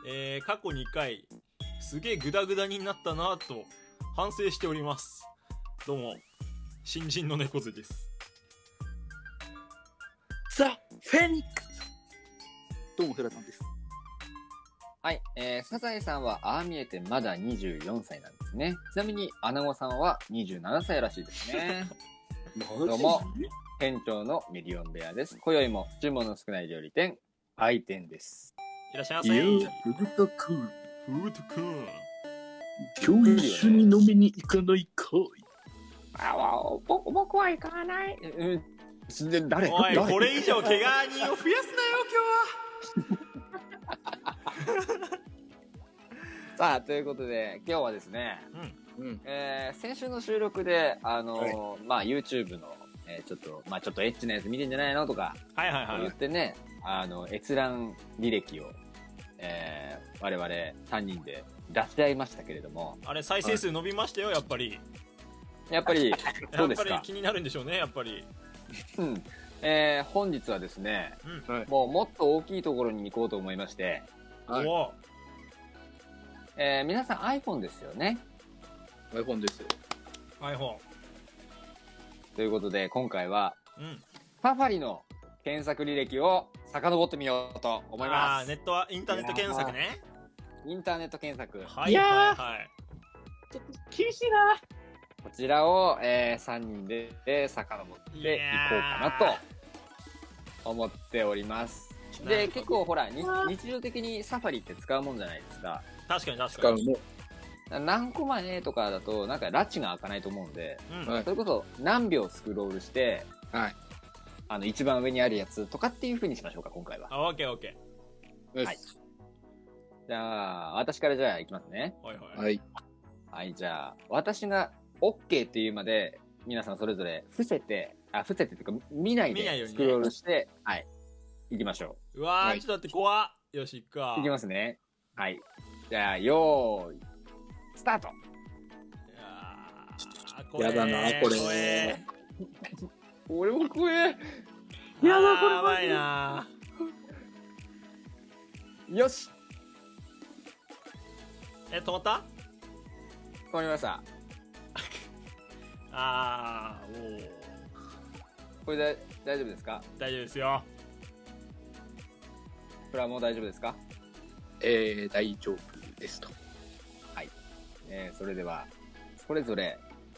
過去2回すげえグダグダになったなと反省しております。どうも新人の猫背です。 ザ・フェニックス。どうもフラタンです。 はい、サザエさんはああ見えてまだ24歳なんですね。ちなみにアナゴさんは27歳らしいですね。どうも店長のミリオンベアです。今宵も注文の少ない料理店愛店です。 いらっしゃいませ。 フグタくん、 フートくん、 今日一緒に飲みに行かないかい？ 僕は行かない。誰？ おい、 誰？ これ以上怪我人を増やすなよさあ、ということで今日はですね、先週の収録でYouTube の、ちょっとエッチなやつ見てんじゃないのとか言ってね、閲覧履歴を、我々3人で出し合いましたけれども、 あれ再生数伸びましたよ。やっぱりそうですか。 やっぱり気になるんでしょうね、やっぱり。 本日はですね、もっと大きいところに行こうと思いまして、皆さん iPhone ですよね。 iPhone です。 iPhone ということで今回は、サファリの検索履歴を遡ってみようと思います。 ネットはインターネット検索ね。 インターネット検索、 はいはいはい。 ちょっと厳しいな。 こちらを、3人で遡っていこうかなと思っております。で、結構ほら日常的にサファリって使うもんじゃないですか。 確かに使うね。 何個前とかだとなんかラッチが開かないと思うんで、それこそ何秒スクロールして、一番上にあるやつとかっていう風にしましょうか、今回は。 オッケーオッケー。はい。じゃあ私からじゃあいきますね。はいじゃあ私が OK っていうまで皆さんそれぞれ伏せてっていうか見ないでスクロールして、行きましょう。 うわー、ちょっと待って、怖っ。よし、行くか。 行きますね。はい。じゃあよーいスタート。 やだなこれ。 俺も怖え。 やだこれやばいな。 よし。 止まった？ 止まりました。これで大丈夫ですか？ 大丈夫ですよ。 これはもう大丈夫ですか？ 大丈夫ですと。 はい。それではそれぞれ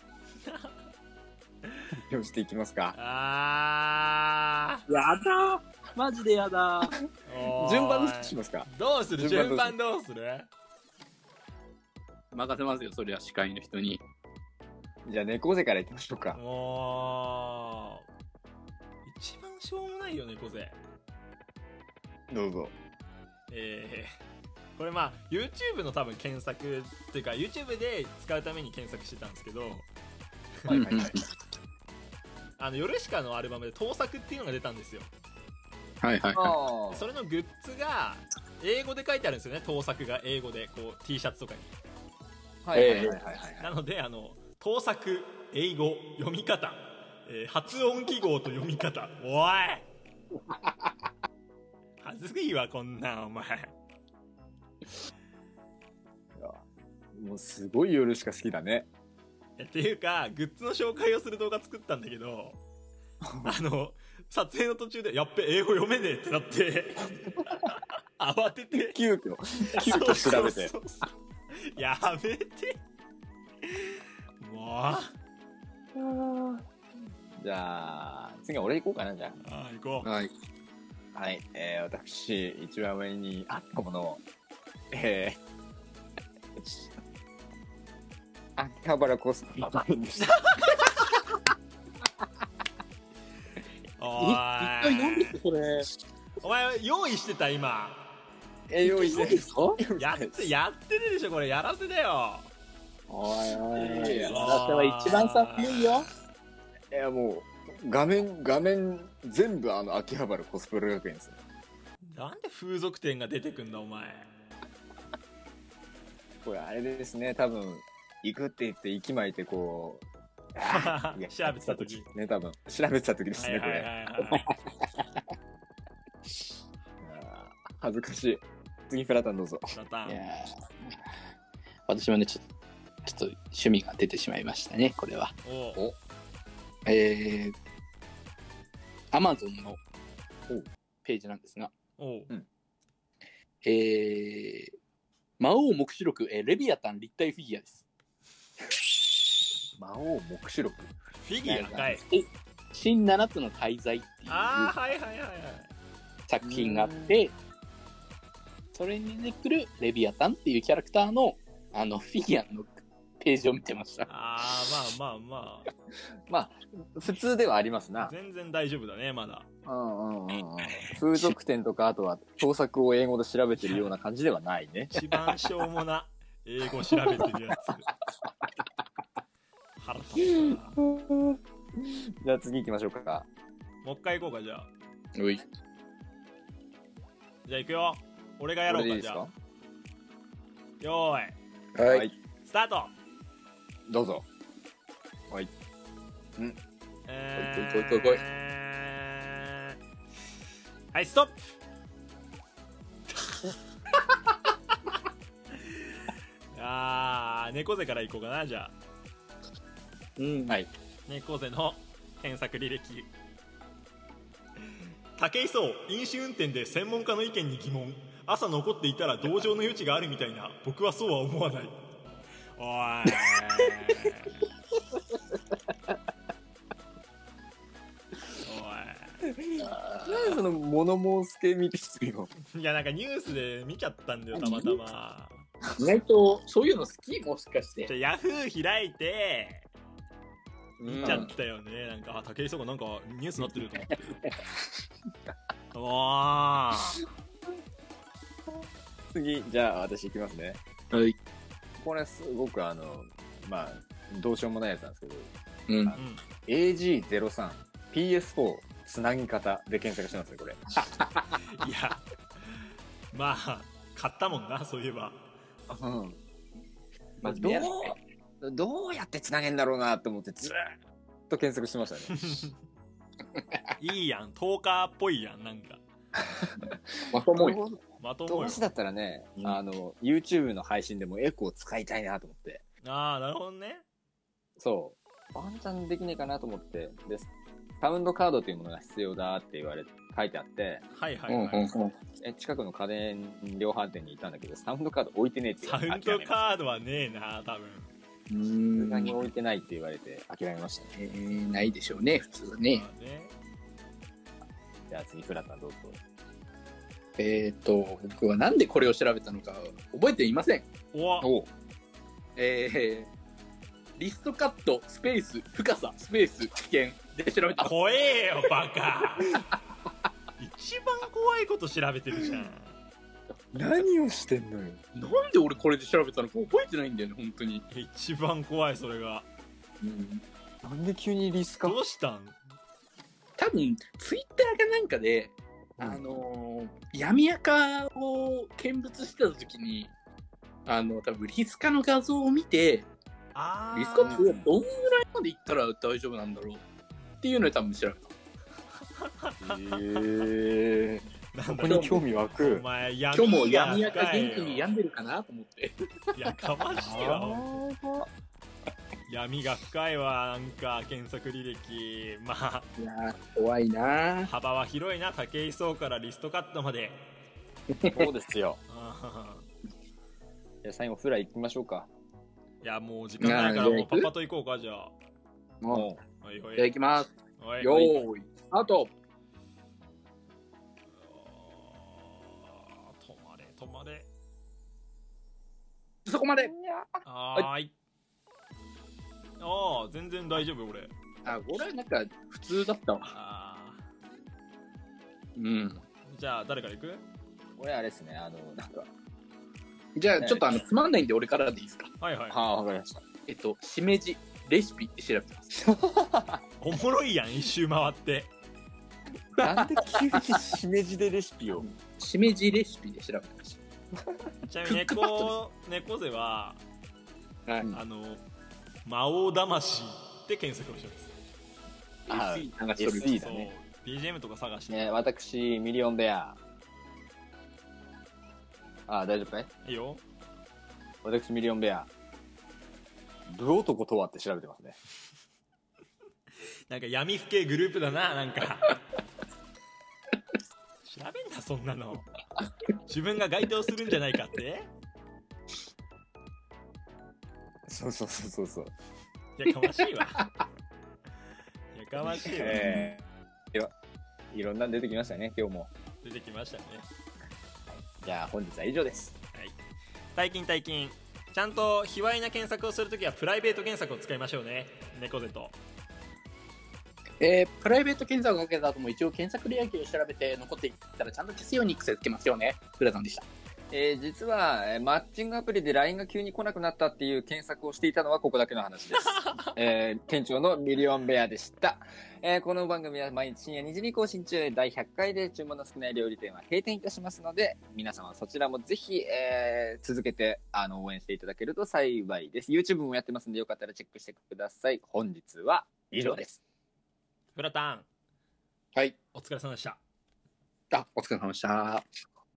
発表していきますか。 やだマジでやだ。 順番どうしますか？ どうする？順番どうする？ 任せますよ、それは司会の人に。 じゃあ猫背からいきましょうか。 もう一番しょうもないよ、猫背。 どうぞ。 これYouTube の多分検索っていうか YouTube で使うために検索してたんですけど、ヨルシカのアルバムで盗作っていうのが出たんですよ。それのグッズが英語で書いてあるんですよね。盗作が英語でこう T シャツとかに。なので盗作英語読み方、発音記号と読み方。おいはずいわこんなんお前。 もうすごい夜しか好きだね。 っていうかグッズの紹介をする動画作ったんだけど撮影の途中でやっべ英語読めねえってなって慌てて急遽調べてやめてもう。 じゃあ次は俺行こうかな。じゃあ行こう。 はい、私一番上にあったものを秋葉原コスパバルでした。 おい一体何ですそれ。 お前用意してた今。 用意してるんですか？ やってるでしょこれ。やらせだよ。 おいおい、やらせは一番寒いよ。 いやもう画面全部秋葉原コスプレ学園ですね。 なんで風俗店が出てくんだお前。 これあれですね、多分行くって言って息巻いてこう調べてた時ね、多分調べてた時ですね、これ。恥ずかしい。 次フラタンどうぞ。 フラタン。 いや私もねちょっと趣味が出てしまいましたね、これは。 お Amazon のページなんですが、魔王黙示録、レビアタン立体フィギュアです。 魔王黙示録フィギュアかい。 新七つの大罪っていう作品があって、それに出てくるレビアタンっていうキャラクターのフィギュアのページを見てました。 まあ普通ではありますな。 全然大丈夫だね、まだ。 風俗店とか、あとは盗作を英語で調べてるような感じではないね。 一番しょうもな英語調べてるやつ。腹立つな。 じゃあ次行きましょうか。 もう一回行こうか、じゃあ。 おい。 じゃあ行くよ。俺がやろうか、じゃあ。よーい。 はい。 スタート。 どうぞ。はい。 来い。 はい、ストップ。猫背から行こうかな、じゃあ。 はい。 猫背の検索履歴。武井壮、飲酒運転で専門家の意見に疑問。朝残っていたら同情の余地があるみたいな。僕はそうは思わない。おい。 何その物申す系見てるよ。 いや、なんかニュースで見ちゃったんだよ、たまたま。 意外とそういうの好き、もしかして。 じゃヤフー開いて見ちゃったよね。なんか武井壮がなんかニュースになってると思って。わあ。 次、じゃあ私行きますね。 はい。 これすごくまあどうしようもないやつなんですけど、AG03 PS4 つなぎ方で検索してますね、これ。 いや、まあ買ったもんな、そういえば。 まあ、どうやってつなげんだろうなと思ってずっと検索してましたね。 いいやん、トーカーっぽいやん、なんか。 まともい。 どうしだったらね、YouTube の配信でもエコー使いたいなと思って。 ああ、なるほどね。 そう。ワンチャンできねえかなと思って、で、サウンドカードというものが必要だって書いてあって、近くの家電量販店に行ったんだけど、サウンドカード置いてねえってサウンドカードはねえな、多分。 普通に置いてないって言われて諦めましたね。 ないでしょうね、普通はね。 じゃあ次、フラタンどうぞ。 僕はなんでこれを調べたのか覚えていません。リストカットスペース深さスペース危険で調べた。 怖えよバカ。一番怖いこと調べてるじゃん。 何をしてんのよ。 なんで俺これで調べたのか覚えてないんだよね、本当に。 一番怖い、それが。 なんで急にリスカ。 どうしたん？ 多分ツイッターかなんかで闇垢を見物してた時に多分リスカの画像を見て、リスカってどんぐらいまでいったら大丈夫なんだろうっていうので多分調べた。 そこに興味湧く。 お前今日も闇垢元気に病んでるかなと思って。 やかましいわ。闇が深いわ、なんか検索履歴。まあ、 いや怖いな。 幅は広いな、武井壮からリストカットまで。 そうですよ。じゃあ最後フライ行きましょうか。 いや、もう時間ないからもうパッパと行こうか。じゃあもうじゃあ行きます。よーいスタート。 止まれ。 そこまで。 はい。全然大丈夫俺。 俺はなんか普通だったわ。 じゃあ誰から行く？ 俺あれですね、なんか。 じゃあちょっとつまんないんで俺からでいいですか？ はいはい。 わかりました。 しめじレシピって調べてます。 おもろいやん、一周回って。 なんで急にしめじでレシピを？ しめじレシピで調べてました。 ちなみに猫背は、魔王魂って検索をしてます。SE だね。 BGM とか探して。 私ミリオンベア。 あ、大丈夫かい？ いいよ。 私ミリオンベア、ブ男とはって調べてますね。 なんか闇不系グループだな、なんか。調べんな、そんなの。自分が該当するんじゃないかって。 そうそうそうそう。 やかましいわ。やかましいわ。 いろんなの出てきましたね、今日も。 出てきましたね。 じゃあ本日は以上です。 はい。大金。ちゃんと卑猥な検索をするときはプライベート検索を使いましょうね。猫背と。 プライベート検索をかけた後も一応検索履歴を調べて残っていったらちゃんと消すように癖つけますよね。フラさんでした。 実は、マッチングアプリで LINE が急に来なくなったっていう検索をしていたのはここだけの話です。店長のミリオンベアでした。この番組は毎日深夜2時に更新中、第100回で注文の少ない料理店は閉店いたしますので、皆様そちらもぜひ、続けて応援していただけると幸いです。YouTube もやってますんでよかったらチェックしてください。本日は以上です。 フラタン。 はい。 お疲れ様でした。 お疲れ様でした。